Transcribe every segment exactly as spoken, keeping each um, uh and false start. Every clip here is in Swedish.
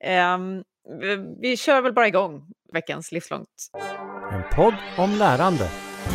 Um, vi, vi kör väl bara igång veckans livslångt. En podd om lärande.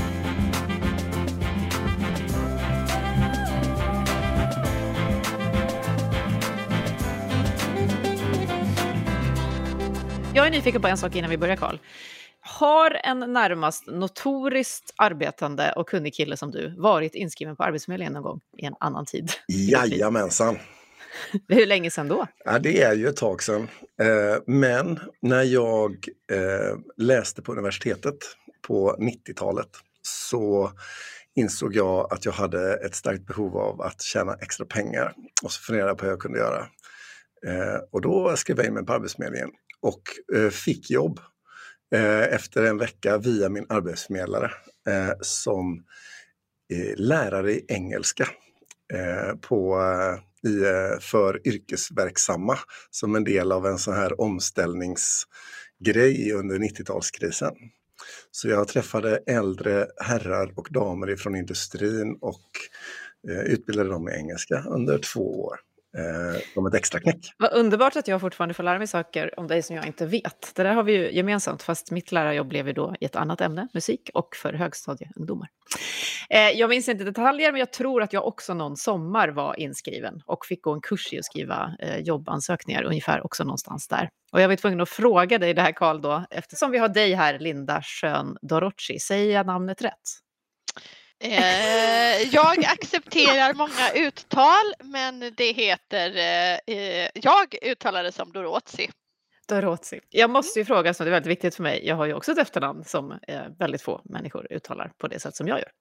Jag är nyfiken på en sak innan vi börjar, Carl. Har en närmast notoriskt arbetande och kunnig kille som du varit inskriven på Arbetsförmedlingen någon gång i en annan tid? Jajamensan. Hur länge sedan då? Ja, det är ju ett tag sedan. Eh, men när jag eh, läste på universitetet på nittiotalet så insåg jag att jag hade ett starkt behov av att tjäna extra pengar. Och så funderade jag på hur jag kunde göra. Eh, och då skrev jag in mig på Arbetsförmedlingen och eh, fick jobb eh, efter en vecka via min arbetsförmedlare eh, som eh, lärare i engelska eh, på... Eh, I, för yrkesverksamma som en del av en sån här omställningsgrej under nittiotalskrisen. Så jag träffade äldre herrar och damer från industrin och eh, utbildade dem i engelska under två år. Eh, som ett extra knäck. Vad underbart att jag fortfarande får lära mig saker om dig som jag inte vet. Det där har vi ju gemensamt, fast mitt lärarjobb blev ju då i ett annat ämne, musik, och för högstadieungdomar. Eh, jag minns inte detaljer, men jag tror att jag också någon sommar var inskriven och fick gå en kurs i att skriva eh, jobbansökningar, ungefär också någonstans där. Och jag var tvungen att fråga dig det här, Carl, då, eftersom vi har dig här, Linda Schön Dorocci. Säger jag namnet rätt? Eh, jag accepterar många uttal, men det heter, eh, jag uttalar det som Dorocci. Dorocci. Jag måste ju fråga, så det är väldigt viktigt för mig. Jag har ju också ett efternamn som eh, väldigt få människor uttalar på det sätt som jag gör.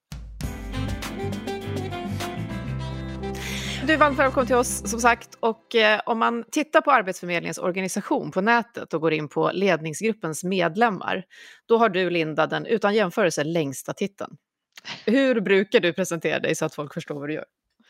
Du är varmt välkommen till oss, som sagt. Och eh, om man tittar på Arbetsförmedlingens organisation på nätet och går in på ledningsgruppens medlemmar, då har du, Linda, den utan jämförelse längsta titeln. Hur brukar du presentera dig så att folk förstår vad du gör?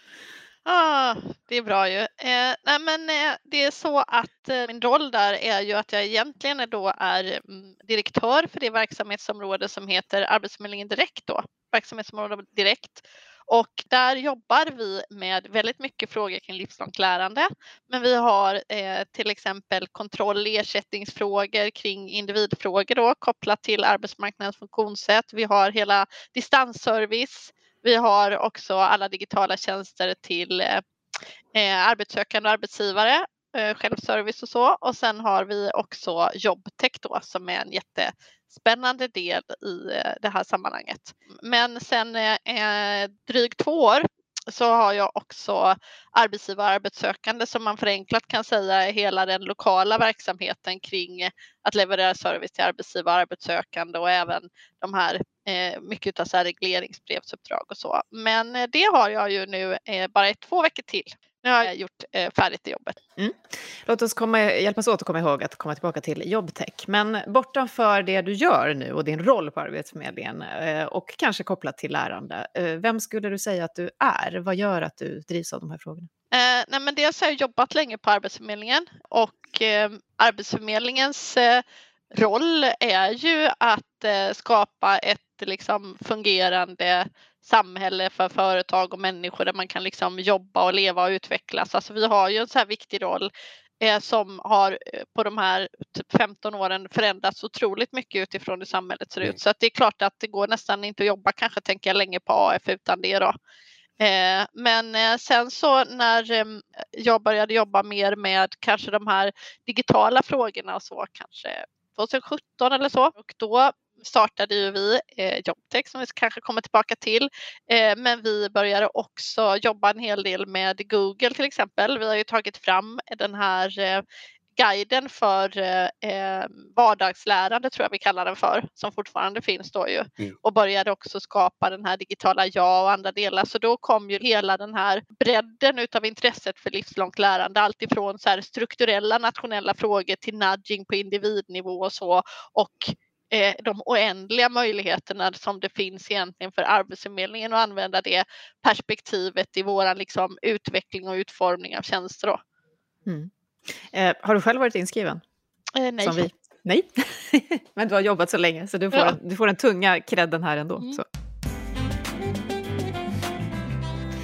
Ah, det är bra ju. Eh, nej men eh, det är så att eh, min roll där är ju att jag egentligen då är mm, direktör för det verksamhetsområde som heter Arbetsförmedlingen Direkt då. Verksamhetsområde Direkt. Och där jobbar vi med väldigt mycket frågor kring livslångt lärande. Men vi har eh, till exempel kontroll- och ersättningsfrågor kring individfrågor då, kopplat till arbetsmarknadens funktionssätt. Vi har hela distansservice. Vi har också alla digitala tjänster till eh, arbetssökande och arbetsgivare, eh, självservice och så. Och sen har vi också jobbtech då, som är en jättespännande del i eh, det här sammanhanget. Men sen eh, drygt två år så har jag också arbetsgivare och arbetssökande, som man förenklat kan säga är hela den lokala verksamheten kring att leverera service till arbetsgivare och arbetssökande, och även de här eh, mycket av så här regleringsbrevsuppdrag och så. Men eh, det har jag ju nu eh, bara ett, två veckor till. Nu har jag gjort eh, färdigt i jobbet. Mm. Låt oss komma, hjälpas åt att komma ihåg att komma tillbaka till jobbtech. Men bortanför det du gör nu och din roll på Arbetsförmedlingen eh, och kanske kopplat till lärande, eh, vem skulle du säga att du är? Vad gör att du drivs av de här frågorna? Eh, nej men dels har jag jobbat länge på Arbetsförmedlingen, och eh, Arbetsförmedlingens eh, roll är ju att eh, skapa ett liksom fungerande samhälle för företag och människor där man kan liksom jobba och leva och utvecklas. Alltså vi har ju en så här viktig roll eh, som har eh, på de här typ femton åren förändrats otroligt mycket utifrån hur samhället ser ut. Mm. Så att det är klart att det går nästan inte att jobba kanske tänker jag länge på A F utan det då. Eh, men eh, sen så när eh, jag började jobba mer med kanske de här digitala frågorna och så, kanske tjugohundrasjutton eller så, och då startade ju vi eh, jobbtech som vi kanske kommer tillbaka till. Eh, men vi började också jobba en hel del med Google till exempel. Vi har ju tagit fram den här eh, guiden för eh, vardagslärande, tror jag vi kallar den för, som fortfarande finns då ju. Mm. Och började också skapa den här digitala ja och andra delar. Så då kom ju hela den här bredden utav intresset för livslångt lärande. Allt ifrån så här strukturella nationella frågor till nudging på individnivå och så. Och eh, de oändliga möjligheterna som det finns egentligen för Arbetsförmedlingen att använda det perspektivet i våran liksom utveckling och utformning av tjänster då. Mm. Eh, har du själv varit inskriven? Eh, nej. Som vi? Nej, men du har jobbat så länge så du får, ja. du får den tunga credden här ändå. Mm. Så.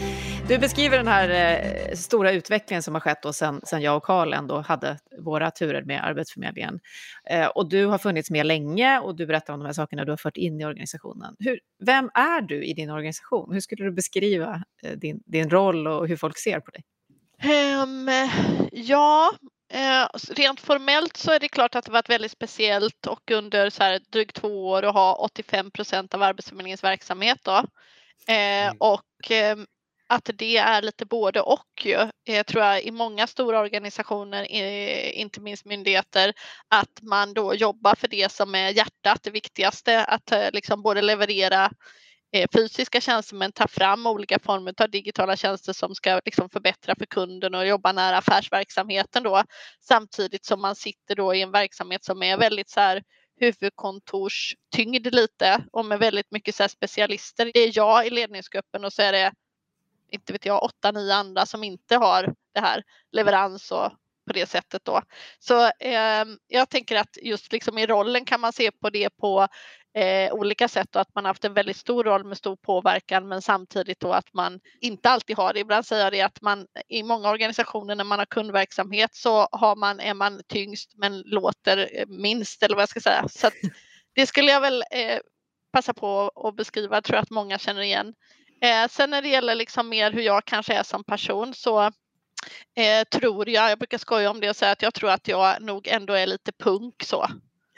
Du beskriver den här eh, stora utvecklingen som har skett då sen, sen jag och Carl ändå hade våra turer med Arbetsförmedlingen. Eh, och du har funnits med länge och du berättar om de här sakerna du har fört in i organisationen. Hur, vem är du i din organisation? Hur skulle du beskriva eh, din, din roll och hur folk ser på dig? Um, ja, eh, rent formellt så är det klart att det varit väldigt speciellt och under så här drygt två år att ha åttiofem procent av Arbetsförmedlingens verksamhet då. Eh, Mm. och eh, att det är lite både och ju, eh, tror jag i många stora organisationer, eh, inte minst myndigheter, att man då jobbar för det som är hjärtat, det viktigaste, att eh, liksom både leverera eh, fysiska tjänster men ta fram olika former av digitala tjänster som ska liksom förbättra för kunden och jobba nära affärsverksamheten då, samtidigt som man sitter då i en verksamhet som är väldigt så här huvudkontorstyngd lite och med väldigt mycket så här specialister. Det är jag i ledningsgruppen och så är det, inte vet jag, åtta, nio andra som inte har det här leverans och på det sättet då. Så eh, jag tänker att just liksom i rollen kan man se på det på eh, olika sätt och att man har haft en väldigt stor roll med stor påverkan men samtidigt då att man inte alltid har det. Ibland säger jag det att man i många organisationer när man har kundverksamhet så har man, är man tyngst men låter minst eller vad jag ska säga. Så att det skulle jag väl eh, passa på att beskriva, tror jag att många känner igen. Eh, sen när det gäller liksom mer hur jag kanske är som person så eh, tror jag, jag brukar skoja om det och säga att jag tror att jag nog ändå är lite punk så.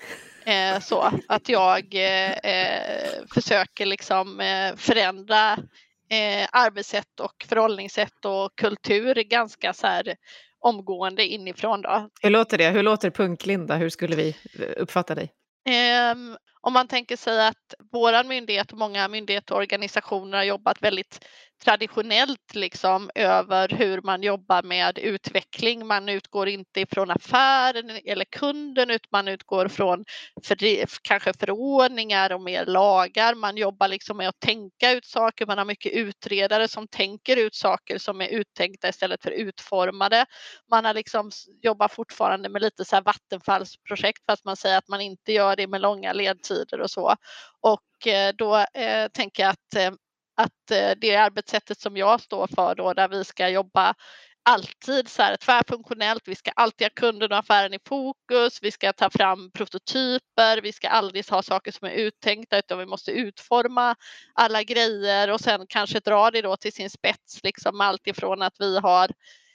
Eh, så att jag eh, försöker liksom eh, förändra eh, arbetssätt och förhållningssätt och kultur ganska så här omgående inifrån då. Hur låter det? Hur låter punk-Linda? Hur skulle vi uppfatta dig? Eh, om man tänker sig att våran myndighet och många myndigheter och organisationer har jobbat väldigt traditionellt liksom över hur man jobbar med utveckling. Man utgår inte ifrån affären eller kunden utan man utgår från för, kanske förordningar och mer lagar. Man jobbar liksom med att tänka ut saker. Man har mycket utredare som tänker ut saker som är uttänkta istället för utformade. Man har liksom jobbar fortfarande med lite så här vattenfallsprojekt fast man säger att man inte gör det med långa ledtider och så. Och eh, då eh, tänker jag att eh, att det arbetssättet som jag står för då, där vi ska jobba alltid så här tvärfunktionellt, vi ska alltid ha kunden och affären i fokus, vi ska ta fram prototyper, vi ska aldrig ha saker som är uttänkta utan vi måste utforma alla grejer och sen kanske dra det då till sin spets, liksom allt ifrån att vi har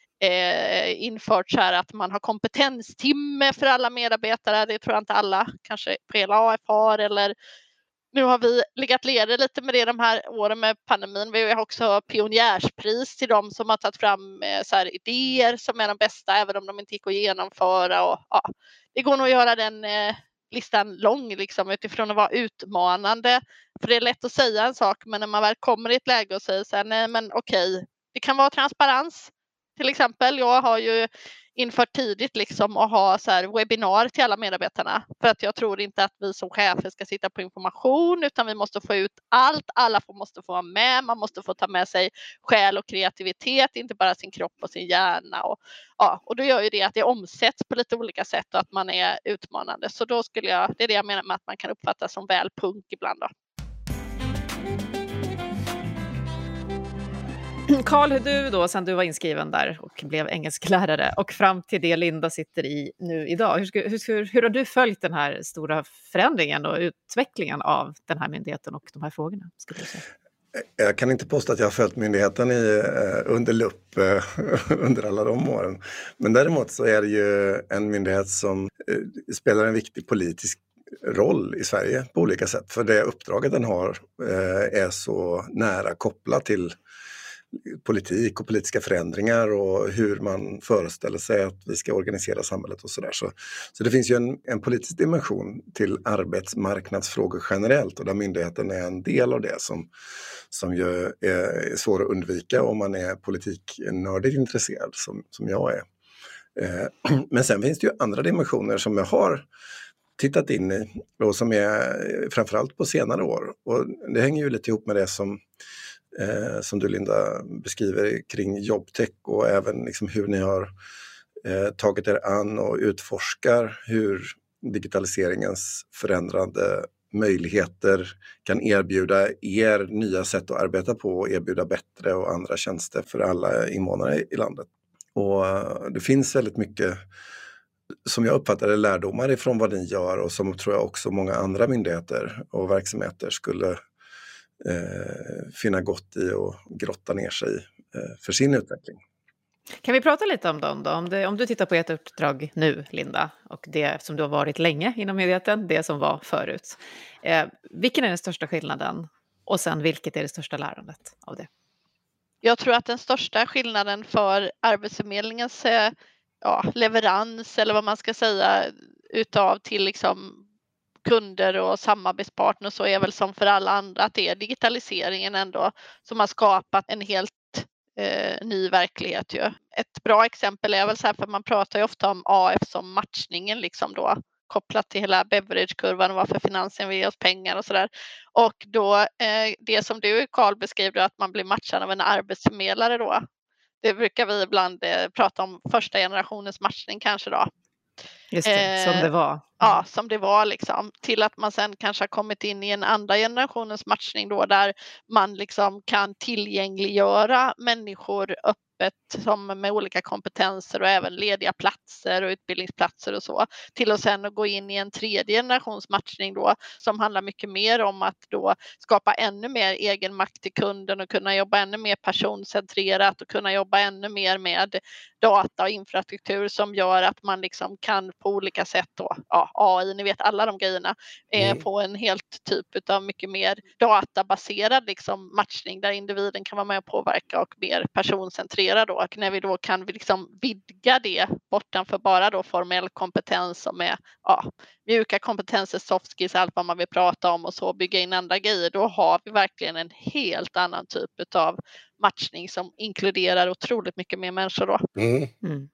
eh, infört så här att man har kompetenstimme för alla medarbetare, det tror jag inte alla kanske på hela A F har, eller nu har vi legat leder lite med det de här åren med pandemin. Vi har också pionjärspris till de som har tagit fram så här idéer som är de bästa även om de inte gick att genomföra. Och, ja, det går nog att göra den eh, listan lång liksom, utifrån att vara utmanande. För det är lätt att säga en sak men när man väl kommer i ett läge och säger så här, nej men okej, det kan vara transparens. Till exempel, jag har ju infört tidigt liksom att ha så här webbinar till alla medarbetarna. För att jag tror inte att vi som chefer ska sitta på information utan vi måste få ut allt. Alla måste få vara med. Man måste få ta med sig själ och kreativitet, inte bara sin kropp och sin hjärna. Och, ja, och då gör ju det att det omsätts på lite olika sätt och att man är utmanande. Så då skulle jag, det är det jag menar med att man kan uppfattas som väl punk ibland då. Carl, hur du då, sen du var inskriven där och blev engelsklärare och fram till det Linda sitter i nu idag. Hur, hur, hur har du följt den här stora förändringen och utvecklingen av den här myndigheten och de här frågorna? Skulle du säga? Jag kan inte påstå att jag har följt myndigheten i, under lupp under alla de åren. Men däremot så är det ju en myndighet som spelar en viktig politisk roll i Sverige på olika sätt. För det uppdraget den har är så nära kopplat till politik och politiska förändringar och hur man föreställer sig att vi ska organisera samhället och sådär. Så, så det finns ju en, en politisk dimension till arbetsmarknadsfrågor generellt och där myndigheten är en del av det som, som ju är, är svår att undvika om man är politiknördigt intresserad som, som jag är. Eh, men sen finns det ju andra dimensioner som jag har tittat in i och som är framförallt på senare år. Och det hänger ju lite ihop med det som Eh, som du Linda beskriver kring jobbtech och även liksom hur ni har eh, tagit er an och utforskar hur digitaliseringens förändrande möjligheter, kan erbjuda er nya sätt att arbeta på och erbjuda bättre och andra tjänster för alla invånare i landet. Och det finns väldigt mycket, som jag uppfattar det, lärdomar ifrån vad ni gör och som tror jag också många andra myndigheter och verksamheter skulle eh, finna gott i och grotta ner sig i eh, för sin utveckling. Kan vi prata lite om dem då? Om, det, om du tittar på ert uppdrag nu, Linda, och det som du har varit länge inom myndigheten, det som var förut. Eh, vilken är den största skillnaden? Och sen vilket är det största lärandet av det? Jag tror att den största skillnaden för Arbetsförmedlingens ja, leverans eller vad man ska säga utav till liksom kunder och samarbetspartner så är väl som för alla andra att det är digitaliseringen ändå som har skapat en helt eh, ny verklighet. Ju. Ett bra exempel är väl så här, för man pratar ju ofta om A F som matchningen liksom då kopplat till hela Beveridge-kurvan och varför finansen vill ge oss pengar och sådär. Och då eh, det som du, Carl, beskrev att man blir matchad av en arbetsförmedlare då. Det brukar vi ibland eh, prata om första generationens matchning kanske då. Just det, eh, som det var. Ja, som det var liksom. Till att man sen kanske har kommit in i en andra generationens matchning då där man liksom kan tillgängliggöra människor öppet som med olika kompetenser och även lediga platser och utbildningsplatser och så. Till att sen gå in i en tredje generations matchning då som handlar mycket mer om att då skapa ännu mer egen makt till kunden och kunna jobba ännu mer personcentrerat och kunna jobba ännu mer med data och infrastruktur som gör att man liksom kan på olika sätt då, ja, A I, ni vet alla de grejerna, eh, mm. på en helt typ av mycket mer databaserad liksom matchning där individen kan vara med och påverka och mer personcentrerad då. Och när vi då kan vi liksom vidga det bortanför bara då formell kompetens som är ja, mjuka kompetenser, soft skills, allt vad man vill prata om och så bygga in andra grejer, då har vi verkligen en helt annan typ av matchning som inkluderar otroligt mycket mer människor då. Mm. Mm.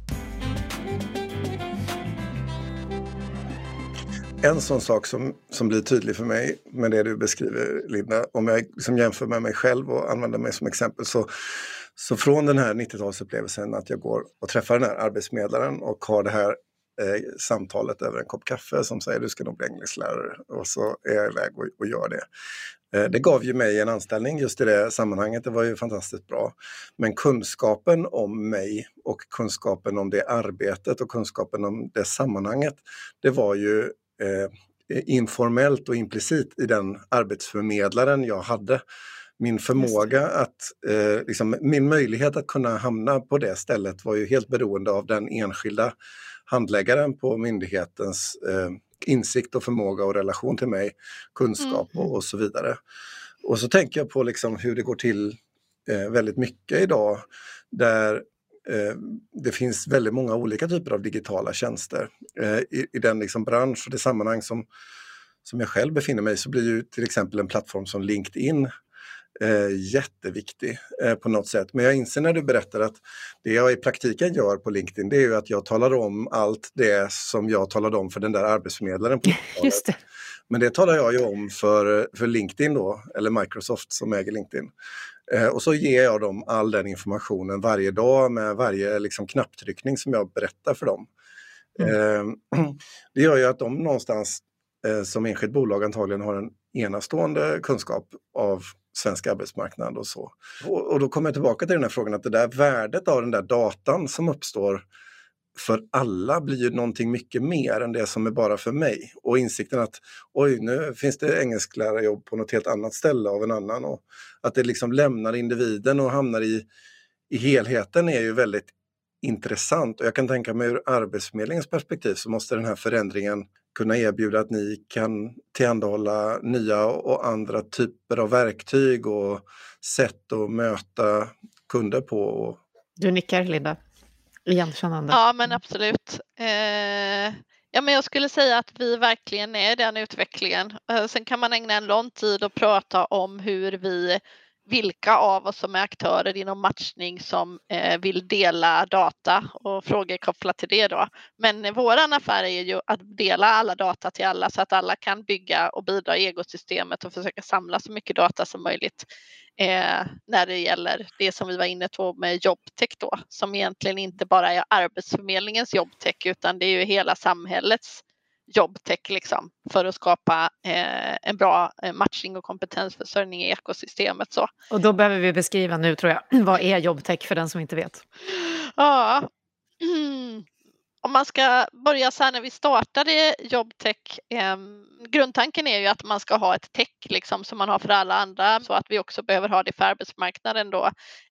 En sån sak som, som blir tydlig för mig med det du beskriver, Linda, om jag liksom jämför med mig själv och använder mig som exempel, så, så från den här nittiotalsupplevelsen att jag går och träffar den här arbetsförmedlaren och har det här eh, samtalet över en kopp kaffe som säger du ska nog bli engelsklärare, och så är jag iväg och, och gör det. Eh, det gav ju mig en anställning just i det sammanhanget, det var ju fantastiskt bra. Men kunskapen om mig och kunskapen om det arbetet och kunskapen om det sammanhanget, det var ju Eh, informellt och implicit i den arbetsförmedlaren jag hade. Min förmåga att, eh, liksom, min möjlighet att kunna hamna på det stället var ju helt beroende av den enskilda handläggaren på myndighetens eh, insikt och förmåga och relation till mig, kunskap mm. och, och så vidare. Och så tänker jag på liksom hur det går till eh, väldigt mycket idag där det finns väldigt många olika typer av digitala tjänster. I, i den liksom bransch och det sammanhang som, som jag själv befinner mig, så blir ju till exempel en plattform som LinkedIn eh, jätteviktig eh, på något sätt. Men jag inser när du berättar att det jag i praktiken gör på LinkedIn, det är ju att jag talar om allt det som jag talade om för den där arbetsförmedlaren på Just det. Men det talar jag ju om för, för LinkedIn då, eller Microsoft som äger LinkedIn. Eh, och så ger jag dem all den informationen varje dag med varje liksom, knapptryckning som jag berättar för dem. Mm. Eh, det gör ju att de någonstans eh, som enskilt bolag antagligen har en enastående kunskap av svensk arbetsmarknad och så. Och, och då kommer jag tillbaka till den här frågan att det där värdet av den där datan som uppstår för alla blir ju någonting mycket mer än det som är bara för mig. Och insikten att oj, nu finns det engelsklärarjobb på något helt annat ställe av en annan. Och att det liksom lämnar individen och hamnar i, i helheten är ju väldigt intressant. Och jag kan tänka mig ur Arbetsförmedlingens perspektiv så måste den här förändringen kunna erbjuda att ni kan tillhandahålla nya och andra typer av verktyg och sätt att möta kunder på. Du nickar, Linda. Igenkännande. Ja, men absolut. Eh, ja, men jag skulle säga att vi verkligen är i den utvecklingen. Eh, sen kan man ägna en lång tid och prata om hur vi, vilka av oss som är aktörer inom matchning som eh, vill dela data och frågor kopplat till det då. Men våran affär är ju att dela alla data till alla så att alla kan bygga och bidra i ekosystemet och försöka samla så mycket data som möjligt. Eh, när det gäller det som vi var inne på med jobbtech då, som egentligen inte bara är Arbetsförmedlingens jobbtech utan det är ju hela samhällets jobbtech liksom, för att skapa eh, en bra eh, matchning och kompetensförsörjning i ekosystemet. Så. Och då behöver vi beskriva nu, tror jag, vad är jobbtech för den som inte vet? Ja, mm. Om man ska börja så här när vi startade jobbtech, eh, grundtanken är ju att man ska ha ett tech liksom, som man har för alla andra, så att vi också behöver ha det för arbetsmarknaden då,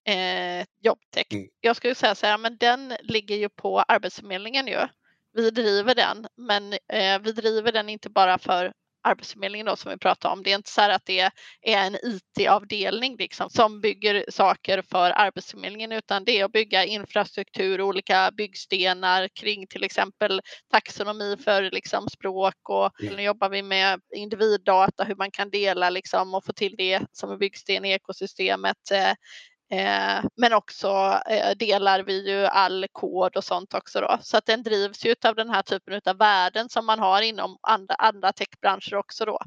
eh, jobbtech. Mm. Jag skulle säga så här, men den ligger ju på Arbetsförmedlingen ju. Vi driver den, men eh, vi driver den inte bara för Arbetsförmedlingen då, som vi pratar om. Det är inte så här att det är en I T-avdelning liksom, som bygger saker för Arbetsförmedlingen, utan det är att bygga infrastruktur, olika byggstenar kring till exempel taxonomi för liksom, språk, och Mm. nu jobbar vi med individdata, hur man kan dela liksom, och få till det som en byggsten i ekosystemet. Eh, Eh, men också eh, delar vi ju all kod och sånt också då. Så att den drivs ju av den här typen av värden som man har inom andra, andra techbranscher också då.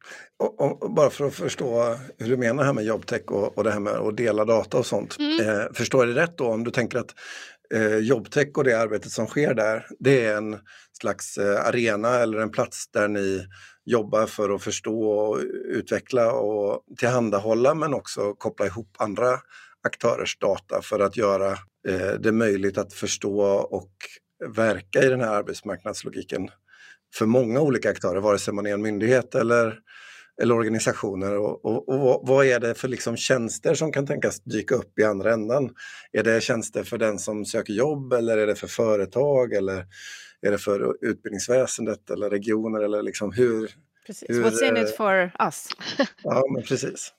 Och, och bara för att förstå hur du menar här med jobbtech och, och det här med att dela data och sånt. Mm. Eh, förstår jag det rätt då om du tänker att eh, jobbtech och det arbetet som sker där, det är en slags eh, arena eller en plats där ni jobbar för att förstå och utveckla och tillhandahålla, men också koppla ihop andra aktörers data för att göra eh, det möjligt att förstå och verka i den här arbetsmarknadslogiken för många olika aktörer, vare sig man är en myndighet eller, eller organisationer. Och, och, och vad är det för liksom tjänster som kan tänkas dyka upp i andra ändan? Är det tjänster för den som söker jobb, eller är det för företag, eller är det för utbildningsväsendet eller regioner, eller liksom hur? Precis. hur What's in it for us? Ja, men precis.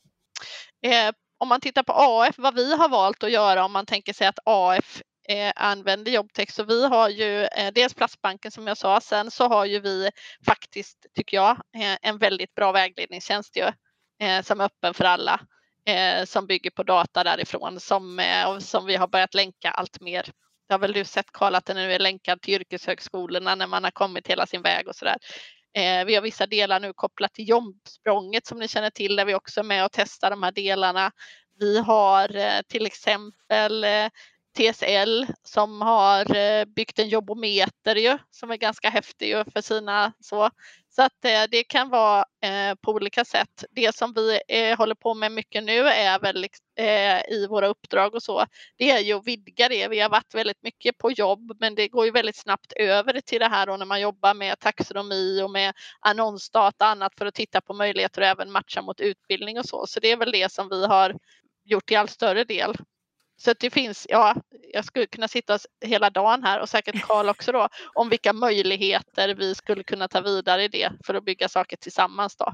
Eh, om man tittar på A F, vad vi har valt att göra, om man tänker sig att A F eh, använder jobbtech, så vi har ju eh, dels Platsbanken som jag sa, sen så har ju vi faktiskt, tycker jag, eh, en väldigt bra vägledningstjänst ju, eh, som är öppen för alla, eh, som bygger på data därifrån, som, eh, och som vi har börjat länka allt mer. Det har väl du sett, Karl, att den nu är länkad till yrkeshögskolorna när man har kommit hela sin väg och sådär. Eh, vi har vissa delar nu kopplat till jobbsprånget som ni känner till, där vi också är med och testar de här delarna. Vi har eh, till exempel eh, T S L som har eh, byggt en jobbometer ju, som är ganska häftig ju för sina så. Så att eh, det kan vara eh, på olika sätt. Det som vi eh, håller på med mycket nu är väl eh, i våra uppdrag och så, det är ju att vidga det. Vi har varit väldigt mycket på jobb, men det går ju väldigt snabbt över till det här då, när man jobbar med taxonomi och med annonsdata och annat för att titta på möjligheter och även matcha mot utbildning och så. Så det är väl det som vi har gjort i all större del. Så att det finns, ja, jag skulle kunna sitta hela dagen här, och säkert Karl också då, om vilka möjligheter vi skulle kunna ta vidare i det för att bygga saker tillsammans då.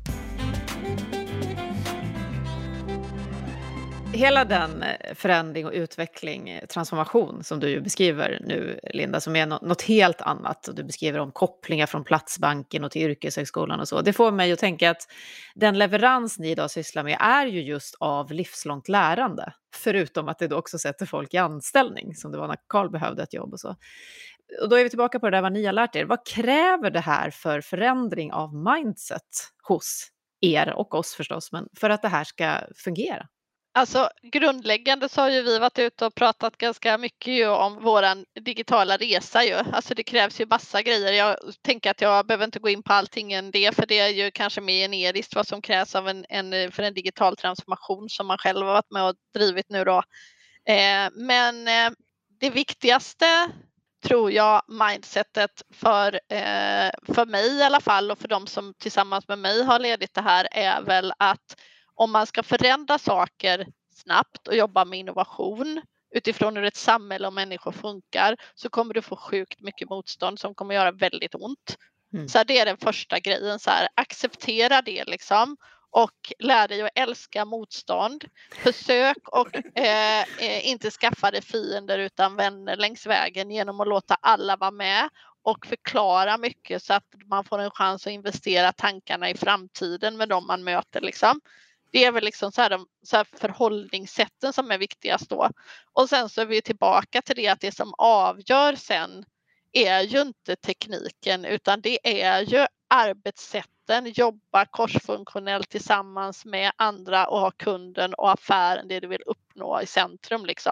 Hela den förändring och utveckling, transformation som du beskriver nu, Linda, som är något helt annat, och du beskriver om kopplingar från Platsbanken och till yrkeshögskolan och så. Det får mig att tänka att den leverans ni idag sysslar med är ju just av livslångt lärande, förutom att det då också sätter folk i anställning, som det var när Karl behövde ett jobb och så. Och då är vi tillbaka på det där vad ni har lärt er. Vad kräver det här för förändring av mindset hos er och oss förstås, men för att det här ska fungera? Alltså grundläggande så har ju vi varit ute och pratat ganska mycket ju om våran digitala resa ju. Alltså det krävs ju massa grejer. Jag tänker att jag behöver inte gå in på allting än det, för det är ju kanske mer generiskt vad som krävs av en, en, för en digital transformation som man själv har varit med och drivit nu då. Eh, men eh, det viktigaste tror jag mindsetet för, eh, för mig i alla fall, och för de som tillsammans med mig har ledit det här, är väl att om man ska förändra saker snabbt och jobba med innovation utifrån hur ett samhälle och människor funkar, så kommer du få sjukt mycket motstånd som kommer göra väldigt ont. Mm. Så det är den första grejen, så här, acceptera det liksom, och lär dig att älska motstånd. Försök och eh, inte skaffa dig fiender utan vänner längs vägen genom att låta alla vara med och förklara mycket, så att man får en chans att investera tankarna i framtiden med dem man möter liksom. Det är väl liksom så här, de så här förhållningssätten som är viktigast då. Och sen så är vi tillbaka till det att det som avgör sen är ju inte tekniken, utan det är ju arbetssätten, jobba korsfunktionellt tillsammans med andra och ha kunden och affären, det du vill uppnå i centrum liksom.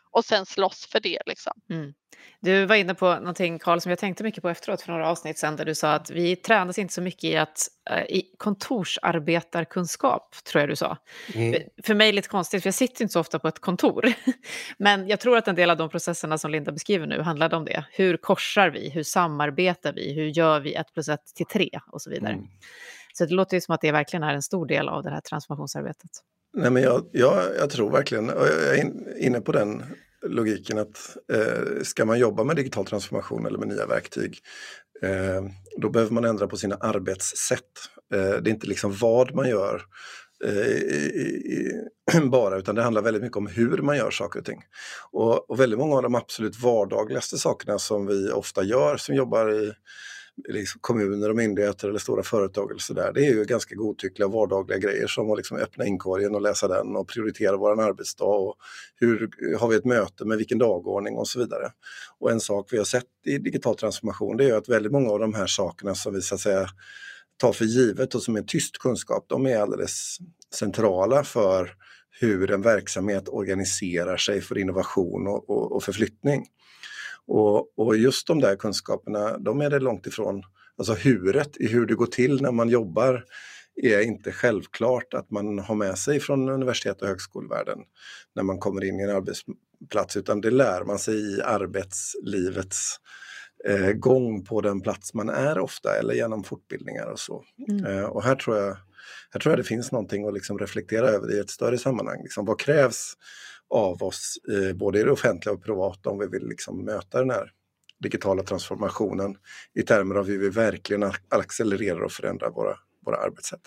och sen slåss för det liksom. Mm. Du var inne på någonting, Carl, som jag tänkte mycket på efteråt för några avsnitt sedan, där du sa att vi tränas inte så mycket i, att, äh, i kontorsarbetarkunskap, tror jag du sa. Mm. För mig är det lite konstigt, för jag sitter inte så ofta på ett kontor. Men jag tror att en del av de processerna som Linda beskriver nu handlade om det. Hur korsar vi? Hur samarbetar vi? Hur gör vi ett plus ett till tre? Och så vidare. Mm. Så det låter ju som att det verkligen är en stor del av det här transformationsarbetet. Nej, men jag, jag, jag tror verkligen, och jag är in, inne på den logiken att eh, ska man jobba med digital transformation eller med nya verktyg, eh, då behöver man ändra på sina arbetssätt. Eh, det är inte liksom vad man gör eh, i, i, bara, utan det handlar väldigt mycket om hur man gör saker och ting. Och, och väldigt många av de absolut vardagligaste sakerna som vi ofta gör, som jobbar i liksom kommuner och myndigheter eller stora företag eller så där, det är ju ganska godtyckliga vardagliga grejer som att liksom öppna inkorgen och läsa den och prioritera våran arbetsdag och hur har vi ett möte med vilken dagordning och så vidare. Och en sak vi har sett i digital transformation, det är ju att väldigt många av de här sakerna som vi så att säga tar för givet och som är tyst kunskap, de är alldeles centrala för hur en verksamhet organiserar sig för innovation och, och, och förflyttning. Och, och just de där kunskaperna, de är det långt ifrån, alltså huret i hur det går till när man jobbar är inte självklart att man har med sig från universitet och högskolevärlden när man kommer in i en arbetsplats, utan det lär man sig i arbetslivets eh, gång på den plats man är ofta eller genom fortbildningar och så. Mm. Eh, och här tror jag, här tror jag det finns någonting att liksom reflektera över i ett större sammanhang. Liksom, vad krävs av oss, eh, både i det offentliga och privata, om vi vill liksom möta den här digitala transformationen i termer av hur vi verkligen accelererar och förändrar våra, våra arbetssätt.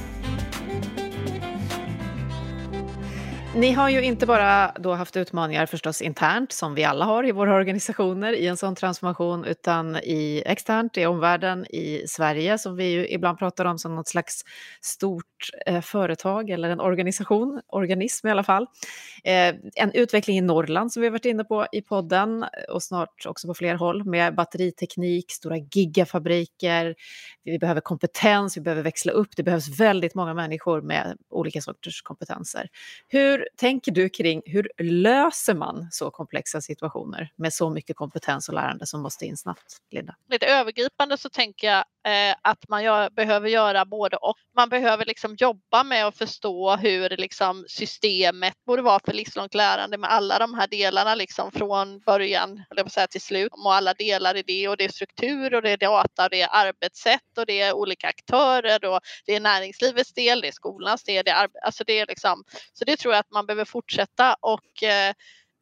Ni har ju inte bara då haft utmaningar förstås internt, som vi alla har i våra organisationer i en sån transformation, utan i externt, i omvärlden, i Sverige, som vi ju ibland pratar om som något slags stort eh, företag eller en organisation, organism i alla fall. Eh, en utveckling i Norrland som vi har varit inne på i podden och snart också på fler håll med batteriteknik, stora gigafabriker. Vi behöver kompetens, vi behöver växla upp, det behövs väldigt många människor med olika sorters kompetenser. Hur tänker du kring hur löser man så komplexa situationer med så mycket kompetens och lärande som måste in snabbt, Linda? Lite övergripande så tänker jag eh, att man gör, behöver göra både och. Man behöver liksom jobba med att förstå hur liksom systemet borde vara för livslångt lärande med alla de här delarna liksom från början eller vad säga, till slut, och alla delar i det, och det är struktur och det är data och det är arbetssätt och det är olika aktörer och det är näringslivets del, det är skolans del, det är arbe- alltså det är liksom, så det tror jag att man behöver fortsätta och eh,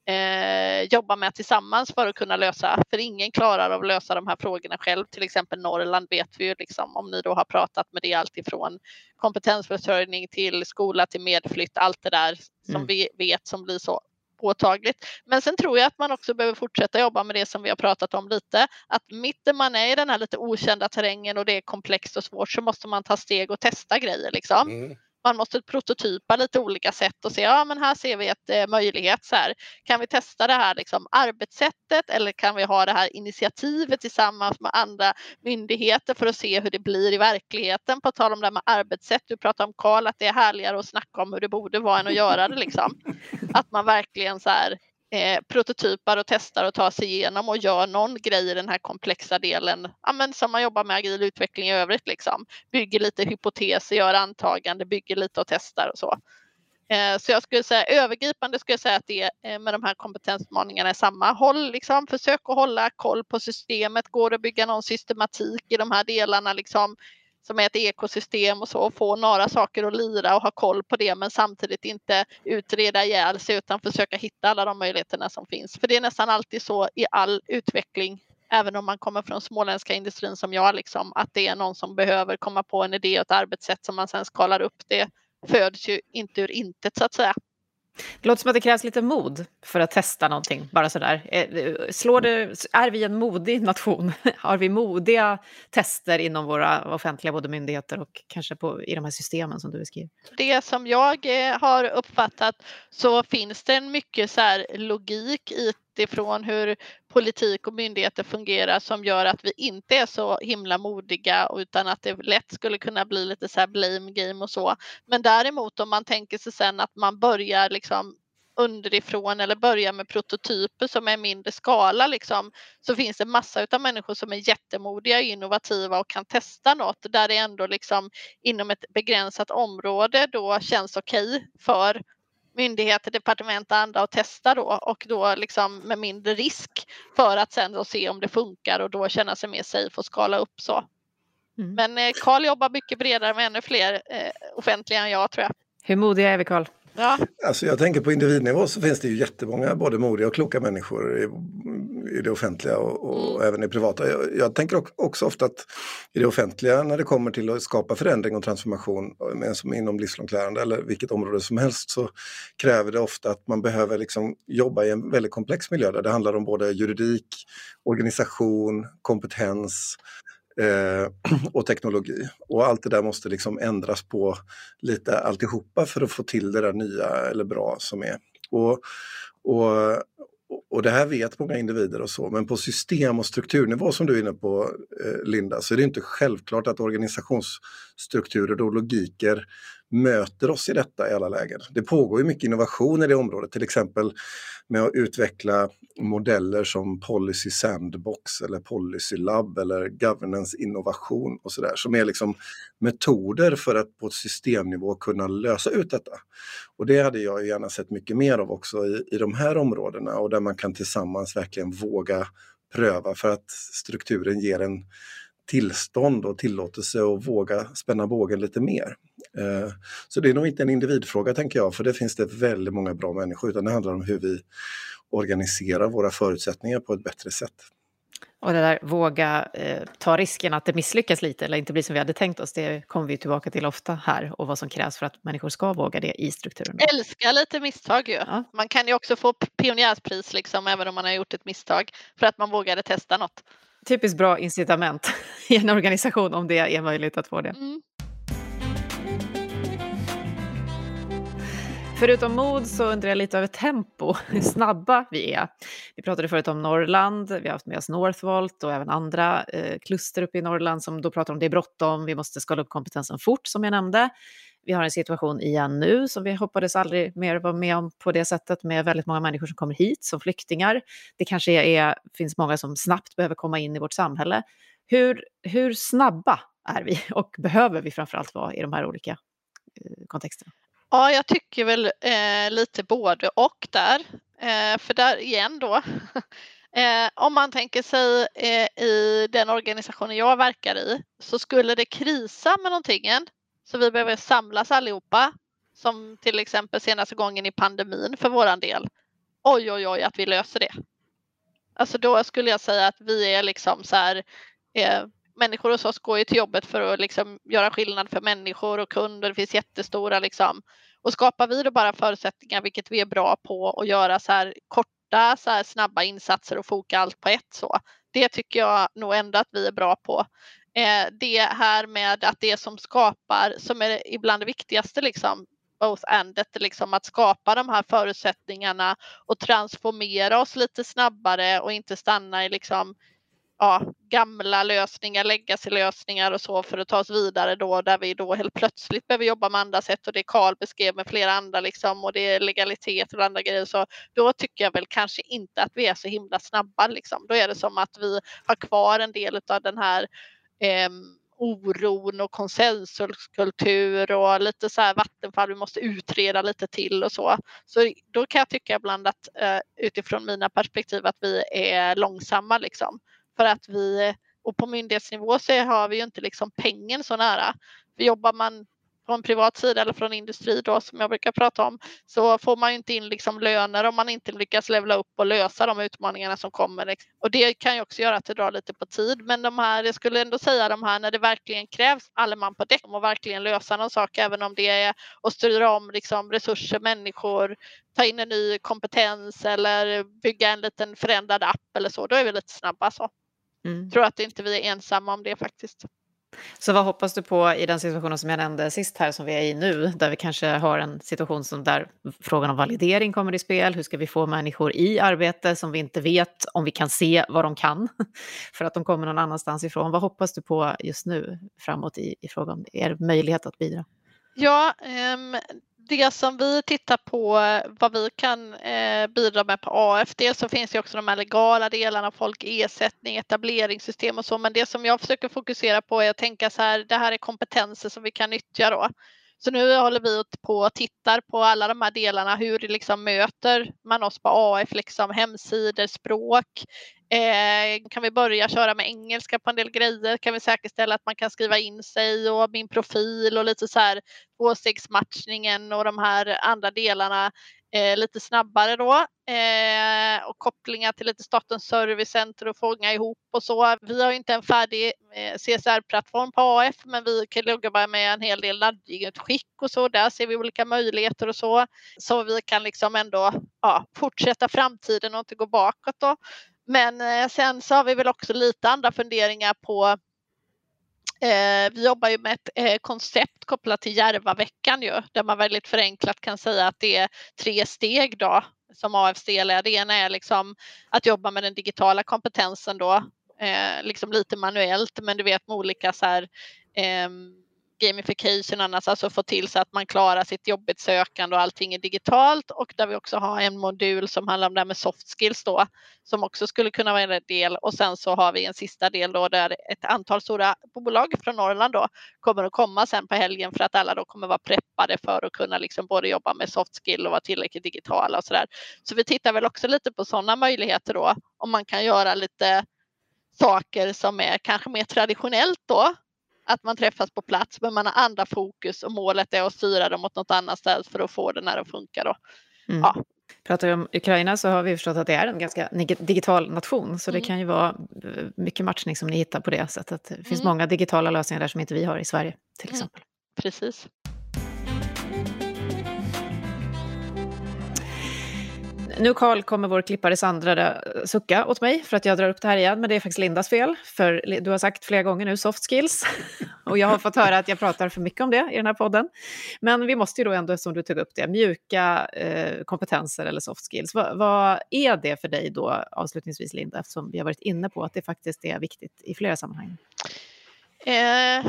eh, jobba med tillsammans för att kunna lösa, för ingen klarar av att lösa de här frågorna själv. Till exempel Norrland vet vi ju liksom, om ni då har pratat med det, allt ifrån kompetensförsörjning till skola till medflytt, allt det där som mm. vi vet som blir så påtagligt. Men sen tror jag att man också behöver fortsätta jobba med det som vi har pratat om lite, att mitt när man är i den här lite okända terrängen och det är komplext och svårt, så måste man ta steg och testa grejer liksom. Mm. Man måste prototypa lite olika sätt och se, ja men här ser vi ett eh, möjlighet så här. Kan vi testa det här liksom arbetssättet, eller kan vi ha det här initiativet tillsammans med andra myndigheter för att se hur det blir i verkligheten? På tal om det här med arbetssätt, du pratar om Carl, att det är härligare att snacka om hur det borde vara än att göra det liksom. Att man verkligen så här Eh, prototypar och testar och tar sig igenom och gör någon grej i den här komplexa delen, ja, men som man jobbar med agil utveckling i övrigt liksom. Bygger lite hypoteser, gör antagande, bygger lite och testar och så. Eh, så jag skulle säga övergripande skulle jag säga att det eh, med de här kompetensutmaningarna är samma håll liksom. Försök att hålla koll på systemet, går det att bygga någon systematik i de här delarna liksom, som är ett ekosystem och så, och få några saker att lira och ha koll på det, men samtidigt inte utreda ihjäl sig utan försöka hitta alla de möjligheterna som finns. För det är nästan alltid så i all utveckling, även om man kommer från småländska industrin som jag, liksom, att det är någon som behöver komma på en idé och ett arbetssätt som man sen skalar upp. Det föds ju inte ur intet så att säga. Det låter som att det krävs lite mod för att testa någonting, bara sådär. Slår det, är vi en modig nation? Har vi modiga tester inom våra offentliga både myndigheter och kanske på, i de här systemen som du beskriver? Det som jag har uppfattat så finns det en mycket så här logik utifrån hur politik och myndigheter fungerar som gör att vi inte är så himla modiga, utan att det lätt skulle kunna bli lite så här blame game och så. Men däremot om man tänker sig sen att man börjar liksom underifrån eller börja med prototyper som är mindre skala liksom, så finns det massa utav människor som är jättemodiga, innovativa och kan testa något där det ändå liksom inom ett begränsat område då känns okej för myndigheter, departement och andra att testa då, och då liksom med mindre risk för att sen då se om det funkar och då känna sig mer safe och skala upp så. Mm. Men eh, Carl jobbar mycket bredare med ännu fler eh, offentliga än jag, tror jag. Hur modiga är vi, Carl? Ja. Alltså jag tänker på individnivå så finns det ju jättemånga både modiga och kloka människor i, i det offentliga och, och mm. även i privata. Jag, jag tänker också ofta att i det offentliga när det kommer till att skapa förändring och transformation men som inom livslångt lärande eller vilket område som helst, så kräver det ofta att man behöver liksom jobba i en väldigt komplex miljö där det handlar om både juridik, organisation, kompetens Eh, och teknologi. Och allt det där måste liksom ändras på lite alltihopa för att få till det där nya eller bra som är. Och, och, och det här vet många individer och så, men på system- och strukturnivå som du är inne på, eh, Linda, så är det inte självklart att organisationsstrukturer och logiker möter oss i detta i alla lägen. Det pågår ju mycket innovation i det området, till exempel med att utveckla modeller som Policy Sandbox eller Policy Lab eller Governance Innovation och sådär, som är liksom metoder för att på ett systemnivå kunna lösa ut detta. Och det hade jag gärna sett mycket mer av också i, i de här områdena, och där man kan tillsammans verkligen våga pröva för att strukturen ger en tillstånd och tillåtelse och våga spänna bågen lite mer. Så det är nog inte en individfråga, tänker jag, för det finns det väldigt många bra människor, utan det handlar om hur vi organiserar våra förutsättningar på ett bättre sätt. Och det där våga eh, ta risken att det misslyckas lite eller inte blir som vi hade tänkt oss, det kommer vi tillbaka till ofta här, och vad som krävs för att människor ska våga det i strukturen. Älskar lite misstag ju. Ja. Man kan ju också få pionjärspris liksom, även om man har gjort ett misstag, för att man vågade testa något. Typiskt bra incitament i en organisation om det är möjligt att få det. Mm. Förutom mod så undrar jag lite över tempo, hur snabba vi är. Vi pratade förut om Norrland, vi har haft med oss Northvolt och även andra eh, kluster uppe i Norrland som då pratar om det är bråttom, vi måste skala upp kompetensen fort som jag nämnde. Vi har en situation igen nu som vi hoppades aldrig mer vara med om på det sättet, med väldigt många människor som kommer hit som flyktingar. Det kanske är, finns många som snabbt behöver komma in i vårt samhälle. Hur, hur snabba är vi och behöver vi framförallt vara i de här olika eh, kontexterna? Ja, jag tycker väl eh, lite både och där. Eh, för där igen då, eh, om man tänker sig eh, i den organisationen jag verkar i, så skulle det krisa med någonting, så vi behöver samlas allihopa, som till exempel senaste gången i pandemin för våran del. Oj, oj, oj, att vi löser det. Alltså då skulle jag säga att vi är liksom så här... Eh, människor hos oss går ju till jobbet för att liksom göra skillnad för människor och kunder. Det finns jättestora liksom. Och skapar vi då bara förutsättningar, vilket vi är bra på, att göra så här korta, så här snabba insatser och foka allt på ett så. Det tycker jag nog ändå att vi är bra på. Eh, det här med att det som skapar, som är ibland det viktigaste liksom, both and, liksom att skapa de här förutsättningarna och transformera oss lite snabbare och inte stanna i liksom ja, gamla lösningar, legacy-lösningar och så för att ta oss vidare då, där vi då helt plötsligt behöver jobba med andra sätt, och det Carl beskrev med flera andra liksom, och det är legalitet och andra grejer, så då tycker jag väl kanske inte att vi är så himla snabba liksom. Då är det som att vi har kvar en del av den här eh, oron och konsensuskultur och lite så här Vattenfall, vi måste utreda lite till och så. Så då kan jag tycka ibland att eh, utifrån mina perspektiv att vi är långsamma liksom. För att vi, och på myndighetsnivå så har vi ju inte liksom pengen så nära. För jobbar man från privat sida eller från industri då, som jag brukar prata om, så får man ju inte in liksom löner om man inte lyckas levla upp och lösa de utmaningarna som kommer. Och det kan ju också göra att det drar lite på tid. Men de här, jag skulle ändå säga de här när det verkligen krävs alla man på däck och verkligen lösa någon sak, även om det är att styra om liksom resurser, människor, ta in en ny kompetens eller bygga en liten förändrad app eller så. Då är vi lite snabba så. Mm. Jag tror att inte vi är ensamma om det faktiskt. Så vad hoppas du på i den situationen som jag nämnde sist här som vi är i nu, där vi kanske har en situation som där frågan om validering kommer i spel? Hur ska vi få människor i arbete som vi inte vet om vi kan se vad de kan för att de kommer någon annanstans ifrån? Vad hoppas du på just nu framåt i, i frågan om er möjlighet att bidra? Ja, um, Det som vi tittar på, vad vi kan eh, bidra med på A F, dels så finns det också de här legala delarna, folk, ersättning, etableringssystem och så, men det som jag försöker fokusera på är att tänka så här, det här är kompetenser som vi kan nyttja då. Så nu håller vi på och tittar på alla de här delarna, hur det liksom möter man oss på A F, liksom hemsidor, språk. Eh, kan vi börja köra med engelska på en del grejer? Kan vi säkerställa att man kan skriva in sig och min profil och lite så här tvåstegsmatchningen och de här andra delarna eh, lite snabbare då. Eh, och kopplingar till lite Statens servicecenter och fånga ihop och så. Vi har ju inte en färdig eh, C S R-plattform på A F, men vi kan jobba med en hel del laddutskick och så. Där ser vi olika möjligheter och så. Så vi kan liksom ändå ja, fortsätta framtiden och inte gå bakåt då. Men eh, sen så har vi väl också lite andra funderingar på, eh, vi jobbar ju med ett eh, koncept kopplat till Järvaveckan ju, där man väldigt förenklat kan säga att det är tre steg då som A F:s del är. Det ena är liksom att jobba med den digitala kompetensen då, eh, liksom lite manuellt, men du vet med olika så här eh, gamification annars, alltså få till så att man klarar sitt jobbigt sökande och allting är digitalt, och där vi också har en modul som handlar om det här med soft skills då, som också skulle kunna vara en del, och sen så har vi en sista del då där ett antal stora bolag från Norrland då kommer att komma sen på helgen för att alla då kommer vara preppade för att kunna liksom både jobba med soft skill och vara tillräckligt digitala och sådär. Så vi tittar väl också lite på sådana möjligheter då, om man kan göra lite saker som är kanske mer traditionellt då, att man träffas på plats, men man har andra fokus och målet är att styra dem mot något annat ställe för att få den här att funka då. Mm. Ja. Pratar vi om Ukraina så har vi förstått att det är en ganska digital nation, så Mm. det kan ju vara mycket matchning som ni hittar på det sättet. Det finns Mm. många digitala lösningar där som inte vi har i Sverige till exempel. Mm. Precis. Nu Carl kommer vår klippare Sandra sucka åt mig för att jag drar upp det här igen, men det är faktiskt Lindas fel, för du har sagt flera gånger nu soft skills och jag har fått höra att jag pratar för mycket om det i den här podden. Men vi måste ju då ändå, som du tog upp det, mjuka eh, kompetenser eller soft skills. Va, vad är det för dig då avslutningsvis, Linda, eftersom vi har varit inne på att det faktiskt är viktigt i flera sammanhang? Eh,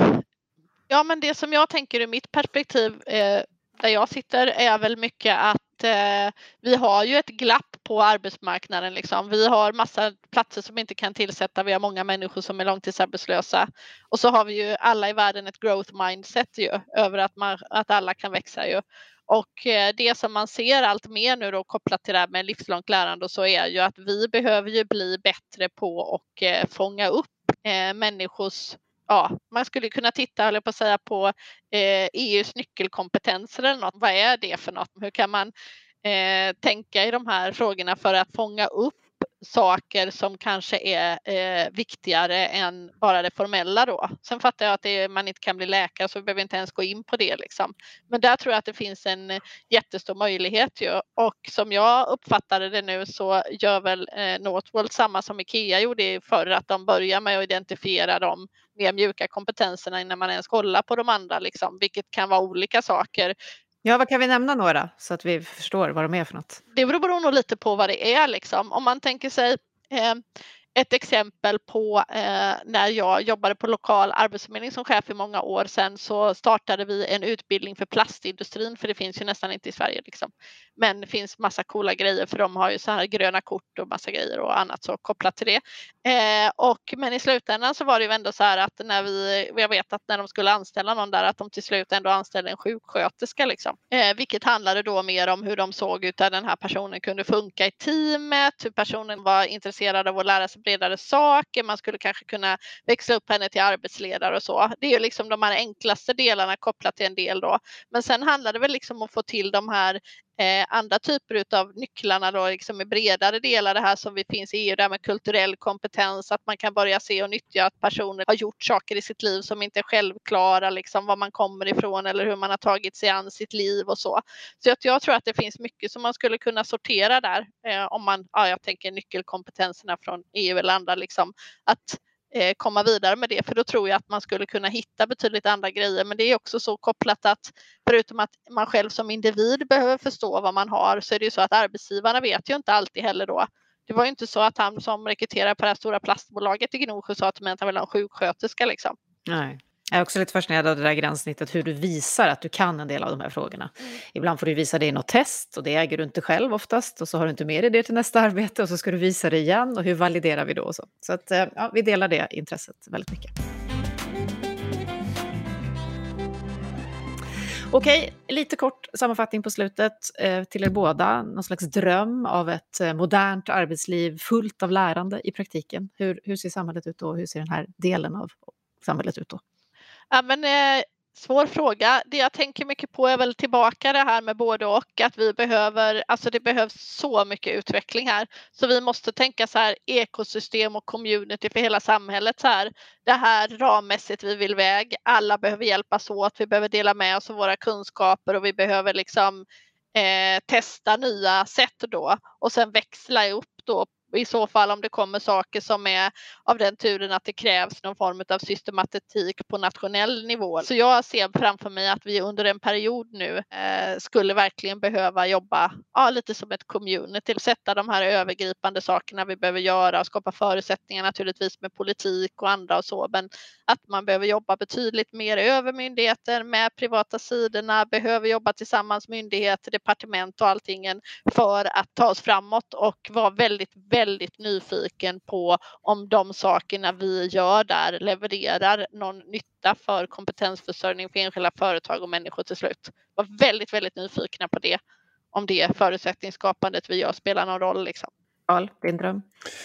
ja, men det som jag tänker ur mitt perspektiv eh, där jag sitter är väl mycket att eh, vi har ju ett glapp på arbetsmarknaden. Liksom. Vi har massa platser som inte kan tillsätta. Vi har många människor som är långtidsarbetslösa. Och så har vi ju alla i världen ett growth mindset ju, över att, man, att alla kan växa ju. Och eh, det som man ser allt mer nu då kopplat till det här med livslångt lärande och så är ju att vi behöver ju bli bättre på att eh, fånga upp eh, människors. Ja, man skulle kunna titta eller på att säga på eh, E U:s nyckelkompetenser eller något. Vad är det för något? Hur kan man eh, tänka i de här frågorna för att fånga upp saker som kanske är eh, viktigare än bara det formella då. Sen fattar jag att det, man inte kan bli läkare, så vi behöver inte ens gå in på det liksom. Men där tror jag att det finns en jättestor möjlighet ju. Och som jag uppfattade det nu så gör väl eh, Northvolt samma som IKEA gjorde förr, att de börjar med att identifiera de mer mjuka kompetenserna innan man ens kollar på de andra liksom, vilket kan vara olika saker. Ja, vad kan vi nämna några så att vi förstår vad de är för något? Det beror nog lite på vad det är liksom. Om man tänker sig eh, ett exempel på eh, när jag jobbade på lokal arbetsförmedling som chef i många år sedan, så startade vi en utbildning för plastindustrin, för det finns ju nästan inte i Sverige liksom. Men det finns massa coola grejer, för de har ju så här gröna kort och massa grejer och annat så kopplat till det. Eh, och, men i slutändan så var det ju ändå så här att när vi, jag vet att när de skulle anställa någon där, att de till slut ändå anställde en sjuksköterska liksom. Eh, vilket handlade då mer om hur de såg ut att den här personen kunde funka i teamet, hur personen var intresserad av att lära sig bredare saker, man skulle kanske kunna växla upp henne till arbetsledare och så. Det är ju liksom de här enklaste delarna kopplat till en del då. Men sen handlar det väl liksom om att få till de här Eh, andra typer av nycklarna då, liksom i bredare delar, det här som vi finns i E U, där med kulturell kompetens, att man kan börja se och nyttja att personer har gjort saker i sitt liv som inte är självklara, liksom var man kommer ifrån eller hur man har tagit sig an sitt liv och så. Så att jag tror att det finns mycket som man skulle kunna sortera där, eh, om man, ja, jag tänker nyckelkompetenserna från E U eller andra, liksom, att eh, komma vidare med det, för då tror jag att man skulle kunna hitta betydligt andra grejer. Men det är också så kopplat att förutom att man själv som individ behöver förstå vad man har, så är det ju så att arbetsgivarna vet ju inte alltid heller då. Det var ju inte så att han som rekryterade på det här stora plastbolaget i Gnosjö sa till mig att han ville ha en sjuksköterska liksom. Nej. Jag är också lite fascinerad av det där gränssnittet, hur du visar att du kan en del av de här frågorna. Mm. Ibland får du visa det i något test och det äger du inte själv oftast och så har du inte med dig det till nästa arbete och så ska du visa det igen och hur validerar vi då och så. Så att, ja, vi delar det intresset väldigt mycket. Okej, lite kort sammanfattning på slutet eh, till er båda. Någon slags dröm av ett eh, modernt arbetsliv fullt av lärande i praktiken. Hur, hur ser samhället ut då? Hur ser den här delen av samhället ut då? Ja, men, eh, svår fråga. Det jag tänker mycket på är väl tillbaka det här med både och. Att vi behöver, alltså det behövs så mycket utveckling här. Så vi måste tänka så här ekosystem och community för hela samhället. Så här. Det här rammässigt vi vill väg. Alla behöver hjälpas åt. Vi behöver dela med oss av våra kunskaper och vi behöver liksom eh, testa nya sätt då. Och sen växla upp då. I så fall om det kommer saker som är av den turen att det krävs någon form av systematik på nationell nivå. Så jag ser framför mig att vi under en period nu eh, skulle verkligen behöva jobba ja, lite som ett community. Sätta de här övergripande sakerna vi behöver göra och skapa förutsättningar naturligtvis med politik och andra och så. Men att man behöver jobba betydligt mer över myndigheter med privata sidorna. Behöver jobba tillsammans myndigheter, departement och allting för att ta oss framåt och vara väldigt, väldigt väldigt nyfiken på om de sakerna vi gör där levererar någon nytta för kompetensförsörjning för enskilda företag och människor till slut. Var väldigt, väldigt nyfikna på det. Om det förutsättningsskapandet vi gör spelar någon roll liksom. Carl, din dröm?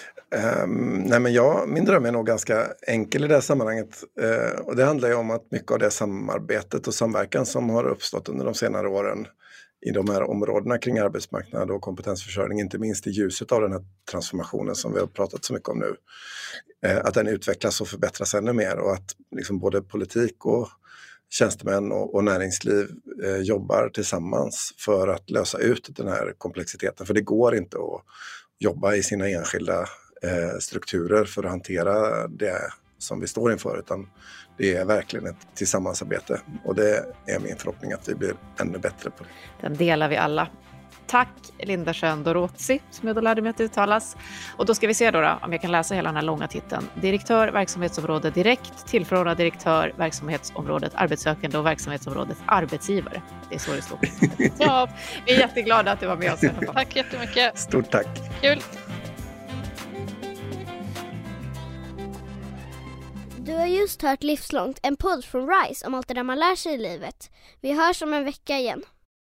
Um, nej men jag, min dröm är nog ganska enkel i det här sammanhanget. Uh, och det handlar ju om att mycket av det samarbetet och samverkan som har uppstått under de senare åren i de här områdena kring arbetsmarknad och kompetensförsörjning, inte minst i ljuset av den här transformationen som vi har pratat så mycket om nu, att den utvecklas och förbättras ännu mer och att liksom både politik och tjänstemän och, och näringsliv eh, jobbar tillsammans för att lösa ut den här komplexiteten. För det går inte att jobba i sina enskilda eh, strukturer för att hantera det som vi står inför, utan det är verkligen ett tillsammansarbete och det är min förhoppning att vi blir ännu bättre på det. Den delar vi alla. Tack Linda Schön-Dorotzi, som jag då lärde mig att uttalas. Och då ska vi se då, då om jag kan läsa hela den här långa titeln. Direktör, verksamhetsområde direkt, tillförordnad direktör, verksamhetsområdet arbetssökande och verksamhetsområdet arbetsgivare. Det är så det står. Ja, vi är jätteglada att du var med oss. Tack jättemycket. Stort tack. Kul. Du har just hört Livslångt, en podd från RISE om allt det där man lär sig i livet. Vi hörs om en vecka igen.